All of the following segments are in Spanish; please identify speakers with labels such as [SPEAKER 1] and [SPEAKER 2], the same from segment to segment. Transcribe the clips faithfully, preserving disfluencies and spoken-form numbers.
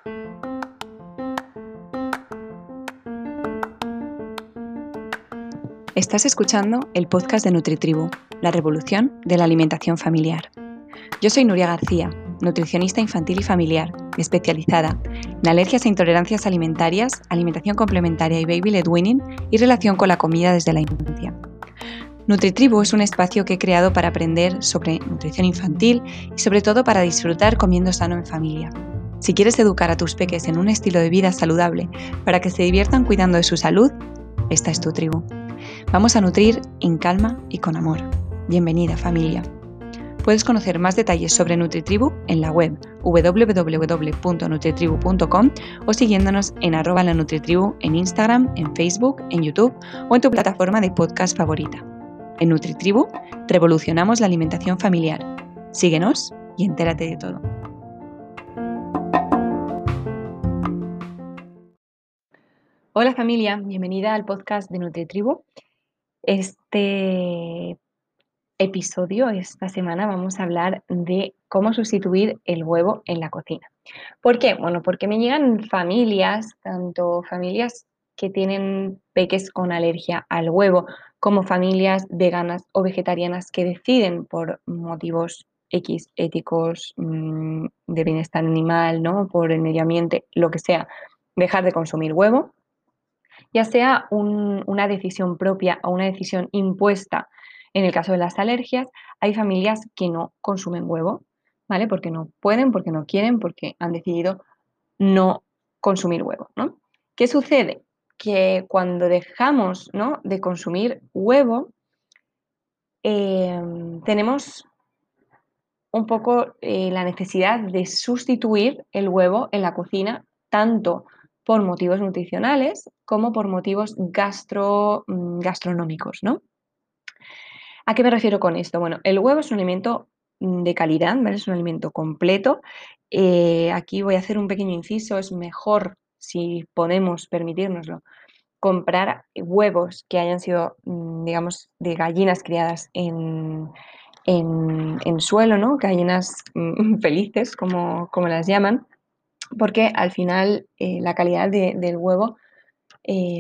[SPEAKER 1] Estás escuchando el podcast de NutriTribu, la revolución de la alimentación familiar. Yo soy Nuria García, nutricionista infantil y familiar, especializada en alergias e intolerancias alimentarias, alimentación complementaria y baby-led weaning y relación con la comida desde la infancia. NutriTribu es un espacio que he creado para aprender sobre nutrición infantil y sobre todo para disfrutar comiendo sano en familia. Si quieres educar a tus peques en un estilo de vida saludable para que se diviertan cuidando de su salud, esta es tu tribu. Vamos a nutrir en calma y con amor. Bienvenida, familia. Puedes conocer más detalles sobre NutriTribu en la web doble u doble u doble u punto nutritribu punto com o siguiéndonos en arroba la NutriTribu en Instagram, en Facebook, en YouTube o en tu plataforma de podcast favorita. En NutriTribu revolucionamos la alimentación familiar. Síguenos y entérate de todo. Hola familia, bienvenida al podcast de NutriTribu. Este episodio, esta semana vamos a hablar de cómo sustituir el huevo en la cocina. ¿Por qué? Bueno, porque me llegan familias, tanto familias que tienen peques con alergia al huevo, como familias veganas o vegetarianas que deciden por motivos X, éticos, mmm, de bienestar animal, ¿no? Por el medio ambiente, lo que sea, dejar de consumir huevo, ya sea un, una decisión propia o una decisión impuesta. En el caso de las alergias, hay familias que no consumen huevo, ¿vale? Porque no pueden, porque no quieren, porque han decidido no consumir huevo, ¿no? ¿Qué sucede? Que cuando dejamos, ¿no?, de consumir huevo, eh, tenemos un poco eh, la necesidad de sustituir el huevo en la cocina, tanto por motivos nutricionales como por motivos gastro, gastronómicos, ¿no? ¿A qué me refiero con esto? Bueno, el huevo es un alimento de calidad, ¿vale? Es un alimento completo. Eh, aquí voy a hacer un pequeño inciso, es mejor, si podemos permitírnoslo, comprar huevos que hayan sido, digamos, de gallinas criadas en, en, en suelo, ¿no? Gallinas mm, felices, como, como las llaman, porque al final eh, la calidad de, del huevo eh,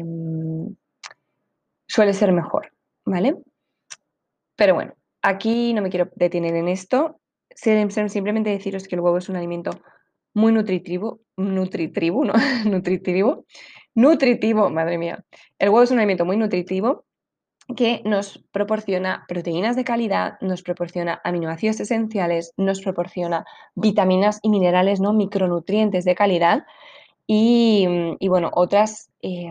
[SPEAKER 1] suele ser mejor, ¿vale? Pero bueno, aquí no me quiero detener en esto, simplemente deciros que el huevo es un alimento muy nutritivo, nutritivo, ¿no? nutritivo, nutritivo, madre mía. El huevo es un alimento muy nutritivo que nos proporciona proteínas de calidad, nos proporciona aminoácidos esenciales, nos proporciona vitaminas y minerales, ¿no?, micronutrientes de calidad y, y bueno, otras, eh,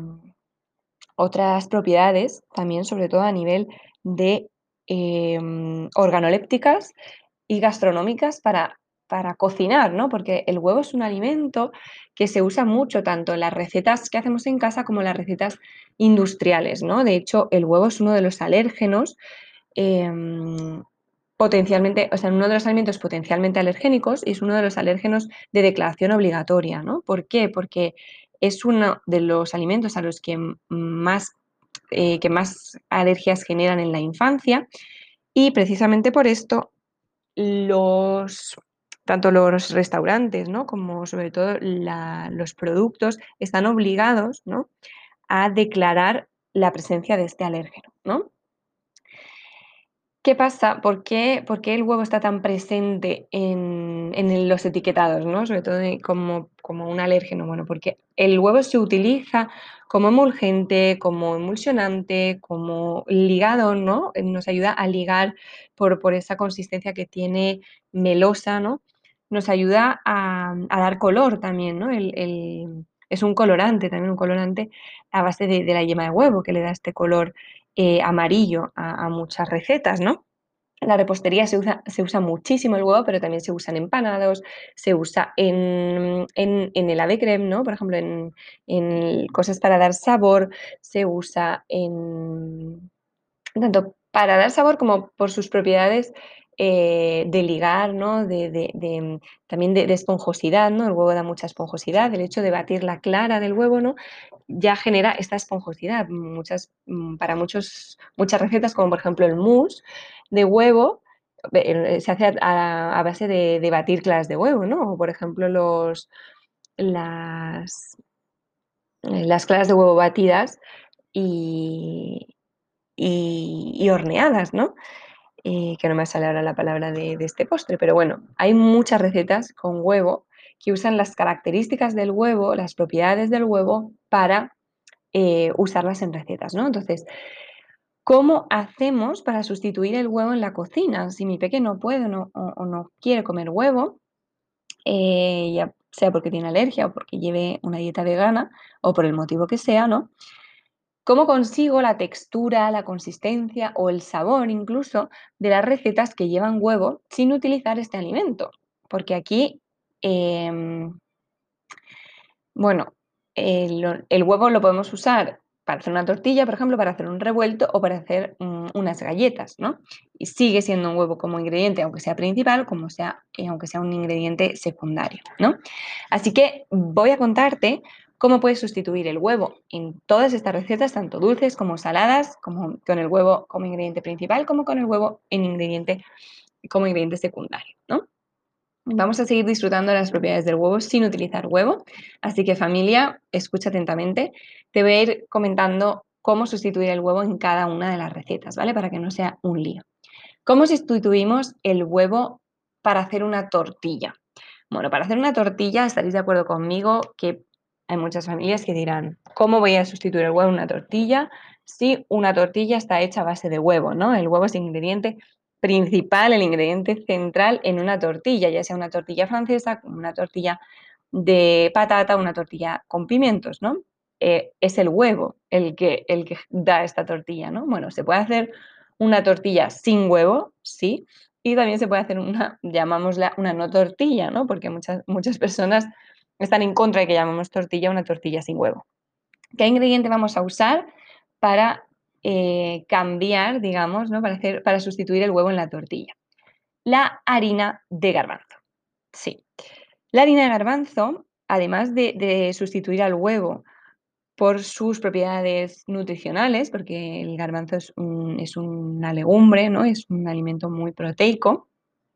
[SPEAKER 1] otras propiedades también, sobre todo a nivel de eh, organolépticas y gastronómicas para, para cocinar, ¿no? Porque el huevo es un alimento que se usa mucho tanto en las recetas que hacemos en casa como en las recetas industriales, ¿no? De hecho, el huevo es uno de los alérgenos eh, potencialmente, o sea, uno de los alimentos potencialmente alergénicos y es uno de los alérgenos de declaración obligatoria, ¿no? ¿Por qué? Porque es uno de los alimentos a los que más, eh, que más alergias generan en la infancia y precisamente por esto los, tanto los restaurantes, ¿no?, como sobre todo la, los productos están obligados, ¿no?, a declarar la presencia de este alérgeno, ¿no? ¿Qué pasa? ¿Por qué, por qué el huevo está tan presente en, en los etiquetados, ¿no? Sobre todo como, como un alérgeno. Bueno, porque el huevo se utiliza como emulgente, como emulsionante, como ligado, ¿no? Nos ayuda a ligar por, por esa consistencia que tiene melosa, ¿no? Nos ayuda a, a dar color también, ¿no? El, el, es un colorante, también un colorante a base de, de la yema de huevo que le da este color Eh, amarillo a, a muchas recetas, ¿no? En la repostería se usa, se usa muchísimo el huevo, pero también se usa en empanados, se usa en, en, en el ave crème, ¿no? Por ejemplo, en, en cosas para dar sabor, se usa en tanto para dar sabor como por sus propiedades eh, de ligar, ¿no? De, de, de, también de, de esponjosidad, ¿no? El huevo da mucha esponjosidad, el hecho de batir la clara del huevo, ¿no?, ya genera esta esponjosidad. Muchas, para muchos, muchas recetas, como por ejemplo el mousse de huevo, se hace a, a base de, de batir claras de huevo, ¿no? O por ejemplo los, las, las claras de huevo batidas y, y, y horneadas, ¿no? Eh, que no me sale ahora la palabra de, de este postre, pero bueno, hay muchas recetas con huevo que usan las características del huevo, las propiedades del huevo para eh, usarlas en recetas, ¿no? Entonces, ¿cómo hacemos para sustituir el huevo en la cocina? Si mi peque no puede no, o, o no quiere comer huevo, eh, ya sea porque tiene alergia o porque lleve una dieta vegana o por el motivo que sea, ¿no? ¿Cómo consigo la textura, la consistencia o el sabor incluso de las recetas que llevan huevo sin utilizar este alimento? Porque aquí, eh, bueno, el, el, huevo lo podemos usar para hacer una tortilla, por ejemplo, para hacer un revuelto o para hacer um, unas galletas, ¿no? Y sigue siendo un huevo como ingrediente, aunque sea principal, como sea, eh, aunque sea un ingrediente secundario, ¿no? Así que voy a contarte cómo puedes sustituir el huevo en todas estas recetas, tanto dulces como saladas, como con el huevo como ingrediente principal, como con el huevo en ingrediente, como ingrediente secundario, ¿no? Vamos a seguir disfrutando de las propiedades del huevo sin utilizar huevo. Así que familia, escucha atentamente. Te voy a ir comentando cómo sustituir el huevo en cada una de las recetas, ¿vale? Para que no sea un lío. ¿Cómo sustituimos el huevo para hacer una tortilla? Bueno, para hacer una tortilla estaréis de acuerdo conmigo que hay muchas familias que dirán, ¿cómo voy a sustituir el huevo en una tortilla si una tortilla está hecha a base de huevo, ¿no? El huevo es el ingrediente principal, el ingrediente central en una tortilla, ya sea una tortilla francesa, una tortilla de patata, una tortilla con pimientos, ¿no? Eh, es el huevo el que, el que da esta tortilla, ¿no? Bueno, se puede hacer una tortilla sin huevo, sí, y también se puede hacer una, llamámosla una no tortilla, ¿no? Porque muchas, muchas personas están en contra de que llamemos tortilla una tortilla sin huevo. ¿Qué ingrediente vamos a usar para eh, cambiar, digamos, ¿no? Para, hacer, para sustituir el huevo en la tortilla? La harina de garbanzo. Sí. La harina de garbanzo, además de, de sustituir al huevo por sus propiedades nutricionales, porque el garbanzo es, un, es una legumbre, ¿no? Es un alimento muy proteico.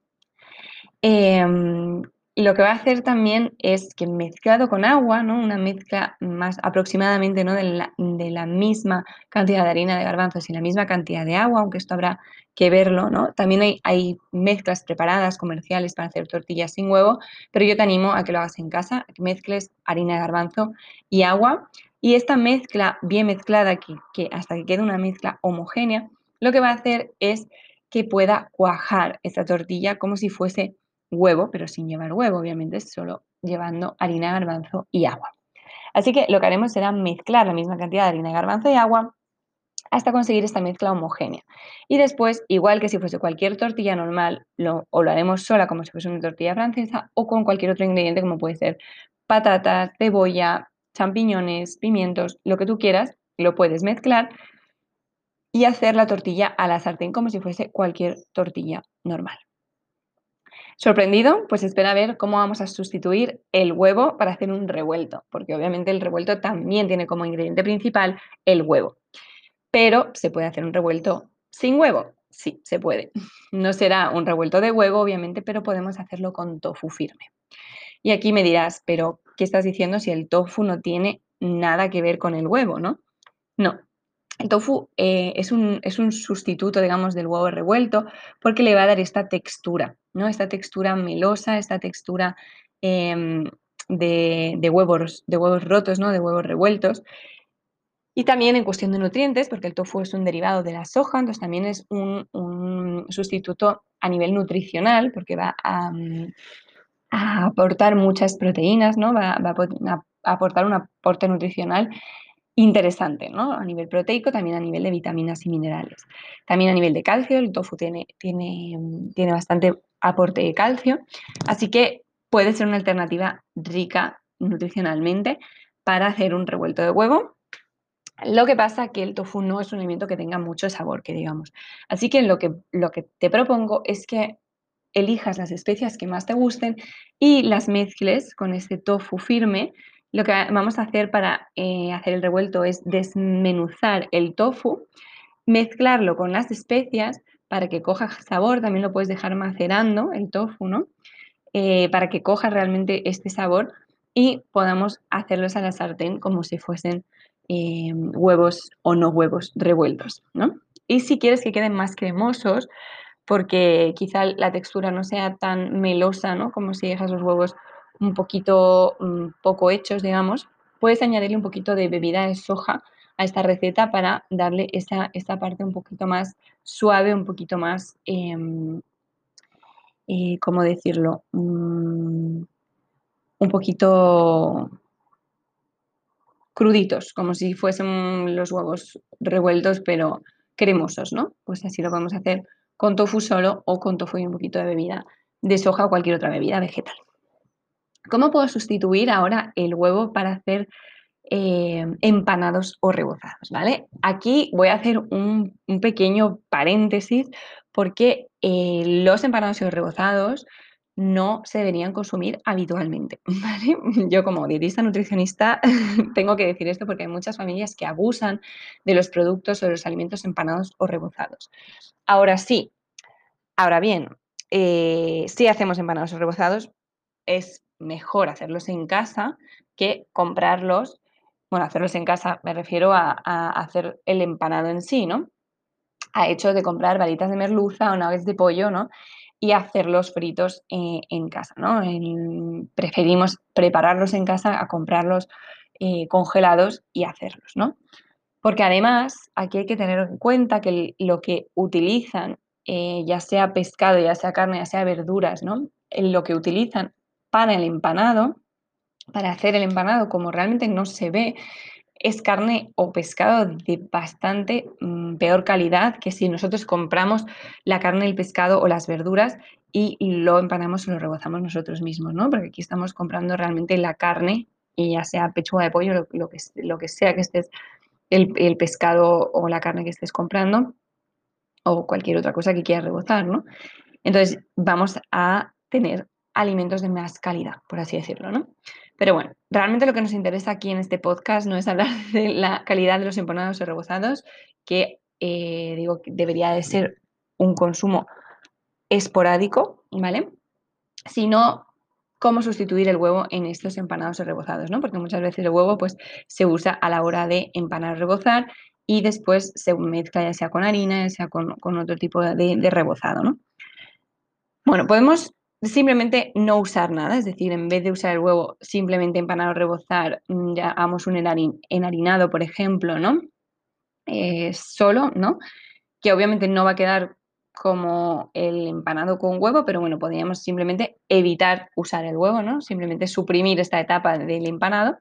[SPEAKER 1] Eh, lo que va a hacer también es que mezclado con agua, ¿no? Una mezcla más aproximadamente, ¿no? de, la, de la misma cantidad de harina de garbanzos y la misma cantidad de agua, aunque esto habrá que verlo, ¿no? También hay, hay mezclas preparadas comerciales para hacer tortillas sin huevo, pero yo te animo a que lo hagas en casa, a que mezcles harina de garbanzo y agua, y esta mezcla bien mezclada, que, que hasta que quede una mezcla homogénea, lo que va a hacer es que pueda cuajar esta tortilla como si fuese huevo, pero sin llevar huevo, obviamente, solo llevando harina de garbanzo y agua. Así que lo que haremos será mezclar la misma cantidad de harina de garbanzo y agua hasta conseguir esta mezcla homogénea. Y después, igual que si fuese cualquier tortilla normal, lo, o lo haremos sola como si fuese una tortilla francesa o con cualquier otro ingrediente como puede ser patatas, cebolla, champiñones, pimientos, lo que tú quieras, lo puedes mezclar y hacer la tortilla a la sartén como si fuese cualquier tortilla normal. ¿Sorprendido? Pues espera a ver cómo vamos a sustituir el huevo para hacer un revuelto, porque obviamente el revuelto también tiene como ingrediente principal el huevo. Pero ¿se puede hacer un revuelto sin huevo? Sí, se puede. No será un revuelto de huevo, obviamente, pero podemos hacerlo con tofu firme. Y aquí me dirás, pero ¿qué estás diciendo si el tofu no tiene nada que ver con el huevo, no? No, el tofu eh, es, un, es un sustituto, digamos, del huevo revuelto porque le va a dar esta textura, ¿no? Esta textura melosa, esta textura eh, de, de, huevos, de huevos rotos, ¿no? De huevos revueltos. Y también en cuestión de nutrientes, porque el tofu es un derivado de la soja, entonces también es un, un sustituto a nivel nutricional porque va a, a aportar muchas proteínas, ¿no? Va, va a aportar un aporte nutricional interesante, ¿no? A nivel proteico, también a nivel de vitaminas y minerales. También a nivel de calcio, el tofu tiene, tiene, tiene bastante aporte de calcio, así que puede ser una alternativa rica nutricionalmente para hacer un revuelto de huevo. Lo que pasa es que el tofu no es un alimento que tenga mucho sabor, que digamos. Así que lo que, lo que te propongo es que elijas las especias que más te gusten y las mezcles con este tofu firme. Lo que vamos a hacer para eh, hacer el revuelto es desmenuzar el tofu, mezclarlo con las especias para que coja sabor. También lo puedes dejar macerando el tofu, ¿no? Eh, para que coja realmente este sabor y podamos hacerlos a la sartén como si fuesen eh, huevos o no huevos revueltos, ¿no? Y si quieres que queden más cremosos, porque quizá la textura no sea tan melosa, ¿no? Como si dejas los huevos un poquito um, poco hechos, digamos, puedes añadirle un poquito de bebida de soja a esta receta para darle esa, esta parte un poquito más suave, un poquito más, eh, eh, ¿cómo decirlo? Um, un poquito cruditos, como si fuesen los huevos revueltos, pero cremosos, ¿no? Pues así lo vamos a hacer con tofu solo o con tofu y un poquito de bebida de soja o cualquier otra bebida vegetal. ¿Cómo puedo sustituir ahora el huevo para hacer eh, empanados o rebozados? ¿Vale? Aquí voy a hacer un, un pequeño paréntesis porque eh, los empanados y rebozados no se deberían consumir habitualmente, ¿vale? Yo como dietista nutricionista tengo que decir esto porque hay muchas familias que abusan de los productos o de los alimentos empanados o rebozados. Ahora sí, ahora bien, eh, si hacemos empanados o rebozados, es mejor hacerlos en casa que comprarlos. Bueno, hacerlos en casa me refiero a, a hacer el empanado en sí, ¿no? A hecho de comprar balitas de merluza o nuggets de pollo, ¿no? Y hacerlos fritos eh, en casa, ¿no? En- preferimos prepararlos en casa a comprarlos eh, congelados y hacerlos, ¿no? Porque además aquí hay que tener en cuenta que el- lo que utilizan, eh, ya sea pescado, ya sea carne, ya sea verduras, ¿no? En lo que utilizan para el empanado, para hacer el empanado, como realmente no se ve, es carne o pescado de bastante mm, peor calidad que si nosotros compramos la carne, el pescado o las verduras y lo empanamos o lo rebozamos nosotros mismos, ¿no? Porque aquí estamos comprando realmente la carne, y ya sea pechuga de pollo, lo, lo que, lo que sea que estés, el, el pescado o la carne que estés comprando, o cualquier otra cosa que quieras rebozar, ¿no? Entonces vamos a tener alimentos de más calidad, por así decirlo, ¿no? Pero bueno, realmente lo que nos interesa aquí en este podcast no es hablar de la calidad de los empanados o rebozados, que eh, digo que debería de ser un consumo esporádico, ¿vale? Sino cómo sustituir el huevo en estos empanados o rebozados, ¿no? Porque muchas veces el huevo pues, se usa a la hora de empanar o rebozar y después se mezcla ya sea con harina, ya sea con, con otro tipo de, de rebozado, ¿no? Bueno, podemos simplemente no usar nada, es decir, en vez de usar el huevo simplemente empanar o rebozar, mm, ya hagamos un enharin- enharinado, por ejemplo, ¿no? Eh, solo, ¿no? Que obviamente no va a quedar como el empanado con huevo, pero bueno, podríamos simplemente evitar usar el huevo, ¿no? Simplemente suprimir esta etapa del empanado.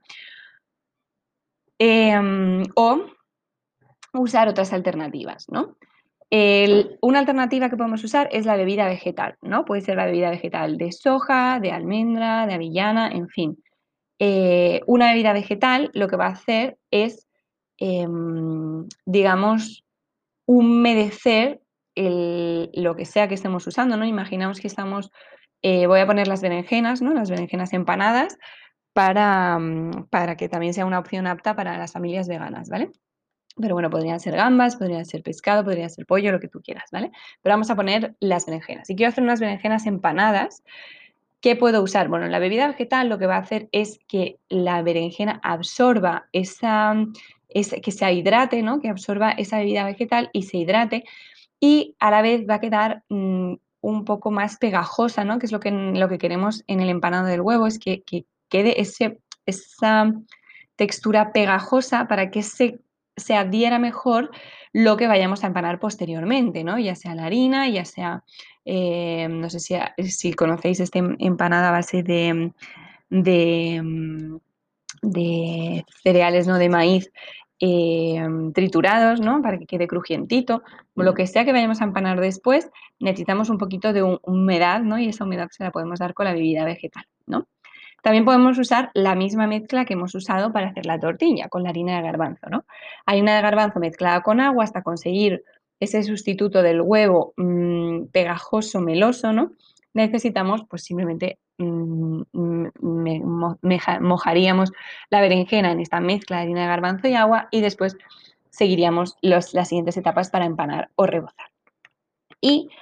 [SPEAKER 1] Eh, o usar otras alternativas, ¿no? El- una alternativa que podemos usar es la bebida vegetal, ¿no? Puede ser la bebida vegetal de soja, de almendra, de avellana, en fin. Eh, una bebida vegetal lo que va a hacer es, em, digamos, humedecer el- lo que sea que estemos usando, ¿no? Imaginamos que estamos, eh, voy a poner las berenjenas, ¿no? Las berenjenas empanadas para, mm, para que también sea una opción apta para las familias veganas, ¿vale? Pero bueno, podrían ser gambas, podría ser pescado, podría ser pollo, lo que tú quieras, ¿vale? Pero vamos a poner las berenjenas. Si quiero hacer unas berenjenas empanadas, ¿qué puedo usar? Bueno, la bebida vegetal lo que va a hacer es que la berenjena absorba esa, esa- que se hidrate, ¿no? Que absorba esa bebida vegetal y se hidrate y a la vez va a quedar mm, un poco más pegajosa, ¿no? Que es lo que, lo que queremos en el empanado del huevo, es que, que quede ese, esa textura pegajosa para que se, se adhiera mejor lo que vayamos a empanar posteriormente, ¿no? Ya sea la harina, ya sea, eh, no sé si, si conocéis este empanada a base de, de, de cereales, ¿no? De maíz eh, triturados, ¿no? Para que quede crujientito. O lo que sea que vayamos a empanar después, necesitamos un poquito de humedad, ¿no? Y esa humedad se la podemos dar con la bebida vegetal, ¿no? También podemos usar la misma mezcla que hemos usado para hacer la tortilla, con la harina de garbanzo, ¿no? Harina de garbanzo mezclada con agua hasta conseguir ese sustituto del huevo mmm, pegajoso, meloso, ¿no? Necesitamos, pues simplemente mmm, me, me, mojaríamos la berenjena en esta mezcla de harina de garbanzo y agua y después seguiríamos los, las siguientes etapas para empanar o rebozar. Y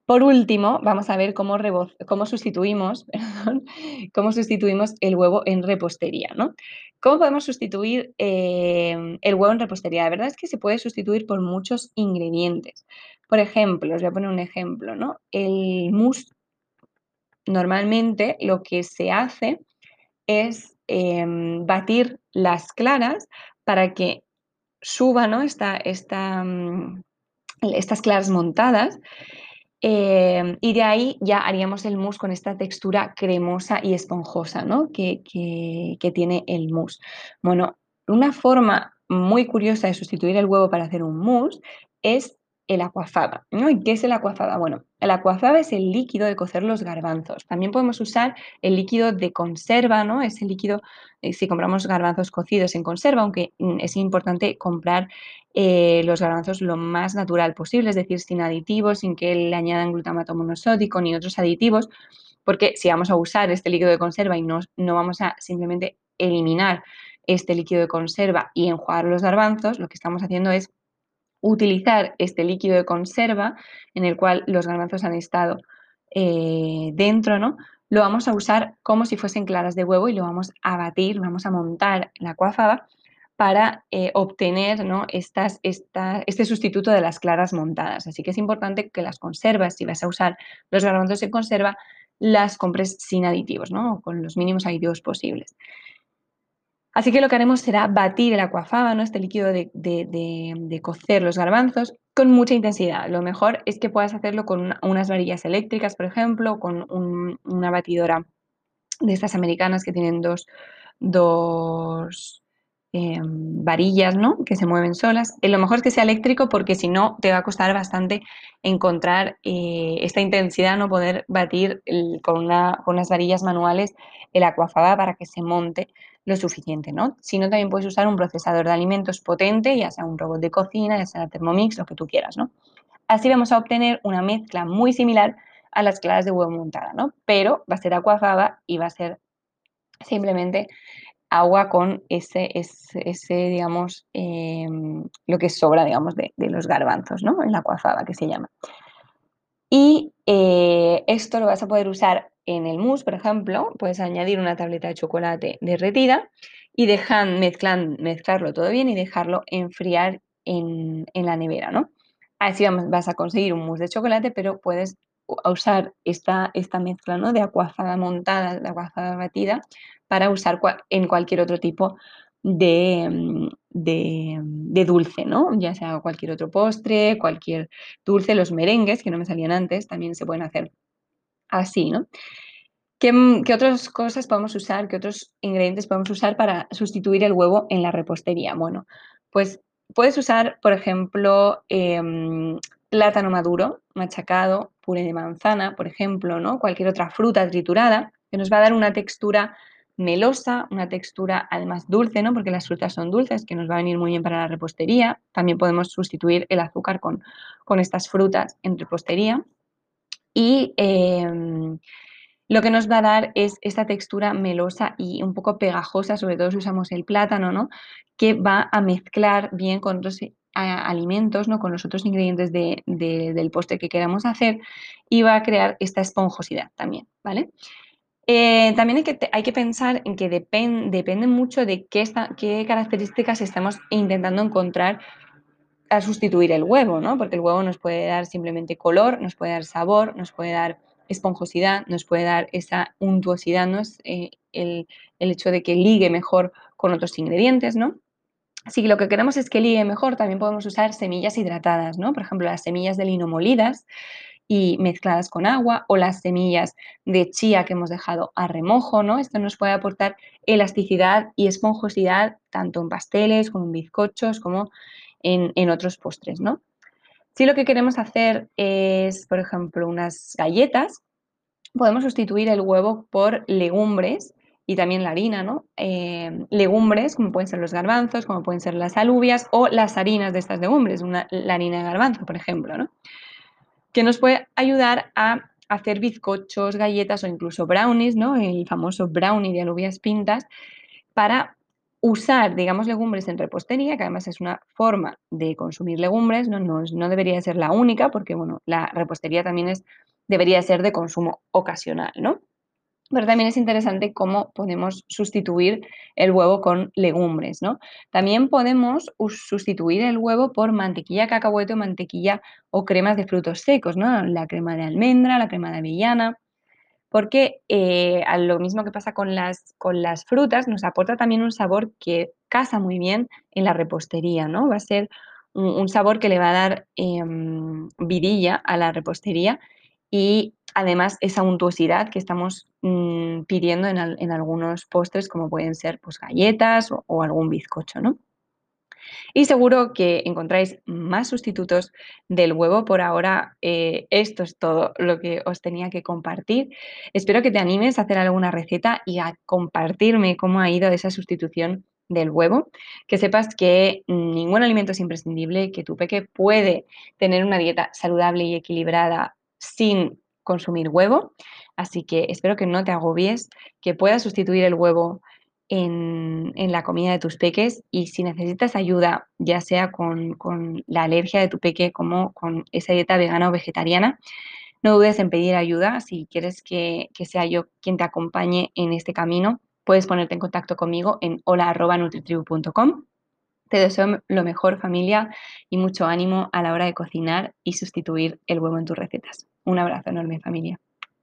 [SPEAKER 1] Por último, vamos a ver cómo, cómo sustituimos, perdón, cómo sustituimos el huevo en repostería, ¿no? ¿Cómo podemos sustituir eh, el huevo en repostería? La verdad es que se puede sustituir por muchos ingredientes. Por ejemplo, os voy a poner un ejemplo, ¿no? El mousse, normalmente lo que se hace es eh, batir las claras para que suba, ¿no? Esta, esta, mm, estas claras montadas. Eh, y de ahí ya haríamos el mousse con esta textura cremosa y esponjosa, ¿no? que, que, que tiene el mousse. Bueno, una forma muy curiosa de sustituir el huevo para hacer un mousse es el aquafaba, ¿no? ¿Y qué es el aquafaba? Bueno, el aquafaba es el líquido de cocer los garbanzos. También podemos usar el líquido de conserva, ¿no? Ese líquido, eh, si compramos garbanzos cocidos en conserva, aunque mm, es importante comprar eh, los garbanzos lo más natural posible, es decir, sin aditivos, sin que le añadan glutamato monosódico ni otros aditivos, porque si vamos a usar este líquido de conserva y no, no vamos a simplemente eliminar este líquido de conserva y enjuagar los garbanzos, lo que estamos haciendo es utilizar este líquido de conserva en el cual los garbanzos han estado eh, dentro, ¿no? Lo vamos a usar como si fuesen claras de huevo y lo vamos a batir, vamos a montar la cuafaba para eh, obtener, ¿no? Estas, esta, este sustituto de las claras montadas. Así que es importante que las conservas, si vas a usar los garbanzos en conserva, las compres sin aditivos, ¿no? O con los mínimos aditivos posibles. Así que lo que haremos será batir el aquafaba, ¿no? Este líquido de, de, de, de, cocer los garbanzos con mucha intensidad. Lo mejor es que puedas hacerlo con una, unas varillas eléctricas, por ejemplo, con un, una batidora de estas americanas que tienen dos, dos eh, varillas, ¿no? Que se mueven solas. Eh, lo mejor es que sea eléctrico porque si no te va a costar bastante encontrar eh, esta intensidad, no poder batir el, con, una, con unas varillas manuales el aquafaba para que se monte lo suficiente, ¿no? Si no, también puedes usar un procesador de alimentos potente, ya sea un robot de cocina, ya sea Thermomix, lo que tú quieras, ¿no? Así vamos a obtener una mezcla muy similar a las claras de huevo montada, ¿no? Pero va a ser aquafaba y va a ser simplemente agua con ese, ese, ese digamos, eh, lo que sobra, digamos, de, de los garbanzos, ¿no? En la aquafaba, que se llama. Y eh, esto lo vas a poder usar en el mousse, por ejemplo. Puedes añadir una tableta de chocolate derretida y dejan, mezclan, mezclarlo todo bien y dejarlo enfriar en, en la nevera, ¿no? Así vamos, vas a conseguir un mousse de chocolate, pero puedes usar esta, esta mezcla, ¿no? De aquafaba montada, de aquafaba batida, para usar cua en cualquier otro tipo de, mm, de, de dulce, ¿no? Ya sea cualquier otro postre, cualquier dulce, los merengues, que no me salían antes, también se pueden hacer así, ¿no? ¿Qué, mm, qué otras cosas podemos usar, qué otros ingredientes podemos usar para sustituir el huevo en la repostería? Bueno, pues puedes usar, por ejemplo, em, plátano maduro, machacado, puré de manzana, por ejemplo, ¿no? Cualquier otra fruta triturada, que nos va a dar una textura melosa, una textura además dulce, ¿no? Porque las frutas son dulces, que nos va a venir muy bien para la repostería. También podemos sustituir el azúcar con, con estas frutas en repostería. Y em, lo que nos va a dar es esta textura melosa y un poco pegajosa, sobre todo si usamos el plátano, ¿no? Que va a mezclar bien con otros eh, a- alimentos, ¿no? Con los otros ingredientes de- de- del postre que queramos hacer y va a crear esta esponjosidad también, ¿vale? Eh, también hay que, te- hay que pensar en que depen- depende mucho de qué, esta- qué características estamos intentando encontrar a sustituir el huevo, ¿no? Porque el huevo nos puede dar simplemente color, nos puede dar sabor, nos puede dar esponjosidad, nos puede dar esa untuosidad, ¿no? Es, eh, el, el hecho de que ligue mejor con otros ingredientes, ¿no? Si lo que queremos es que ligue mejor, también podemos usar semillas hidratadas, ¿no? Por ejemplo, las semillas de lino molidas y mezcladas con agua o las semillas de chía que hemos dejado a remojo, ¿no? Esto nos puede aportar elasticidad y esponjosidad tanto en pasteles como en bizcochos como en, en otros postres, ¿no? Si lo que queremos hacer es, por ejemplo, unas galletas, podemos sustituir el huevo por legumbres y también la harina, ¿no? Eh, legumbres, como pueden ser los garbanzos, como pueden ser las alubias o las harinas de estas legumbres, una, la harina de garbanzo, por ejemplo, ¿no? Que nos puede ayudar a hacer bizcochos, galletas o incluso brownies, ¿no? El famoso brownie de alubias pintas, para usar, digamos, legumbres en repostería, que además es una forma de consumir legumbres, no, no, no debería ser la única, porque bueno, la repostería también es, debería ser de consumo ocasional, ¿no? Pero también es interesante cómo podemos sustituir el huevo con legumbres, ¿no? También podemos sustituir el huevo por mantequilla de cacahuete o mantequilla o cremas de frutos secos, ¿no? La crema de almendra, la crema de avellana, porque eh, a lo mismo que pasa con las, con las frutas, nos aporta también un sabor que casa muy bien en la repostería, ¿no? Va a ser un, un sabor que le va a dar eh, vidilla a la repostería y además esa untuosidad que estamos mmm, pidiendo en, al, en, algunos postres como pueden ser pues, galletas o, o algún bizcocho, ¿no? Y seguro que encontráis más sustitutos del huevo. Por ahora, eh, esto es todo lo que os tenía que compartir. Espero que te animes a hacer alguna receta y a compartirme cómo ha ido esa sustitución del huevo. Que sepas que ningún alimento es imprescindible, que tu peque puede tener una dieta saludable y equilibrada sin consumir huevo. Así que espero que no te agobies, que puedas sustituir el huevo en, en la comida de tus peques, y si necesitas ayuda, ya sea con, con la alergia de tu peque como con esa dieta vegana o vegetariana, no dudes en pedir ayuda. Si quieres que, que sea yo quien te acompañe en este camino, puedes ponerte en contacto conmigo en hola arroba nutritribu punto com. Te deseo lo mejor, familia, y mucho ánimo a la hora de cocinar y sustituir el huevo en tus recetas. Un abrazo enorme, familia.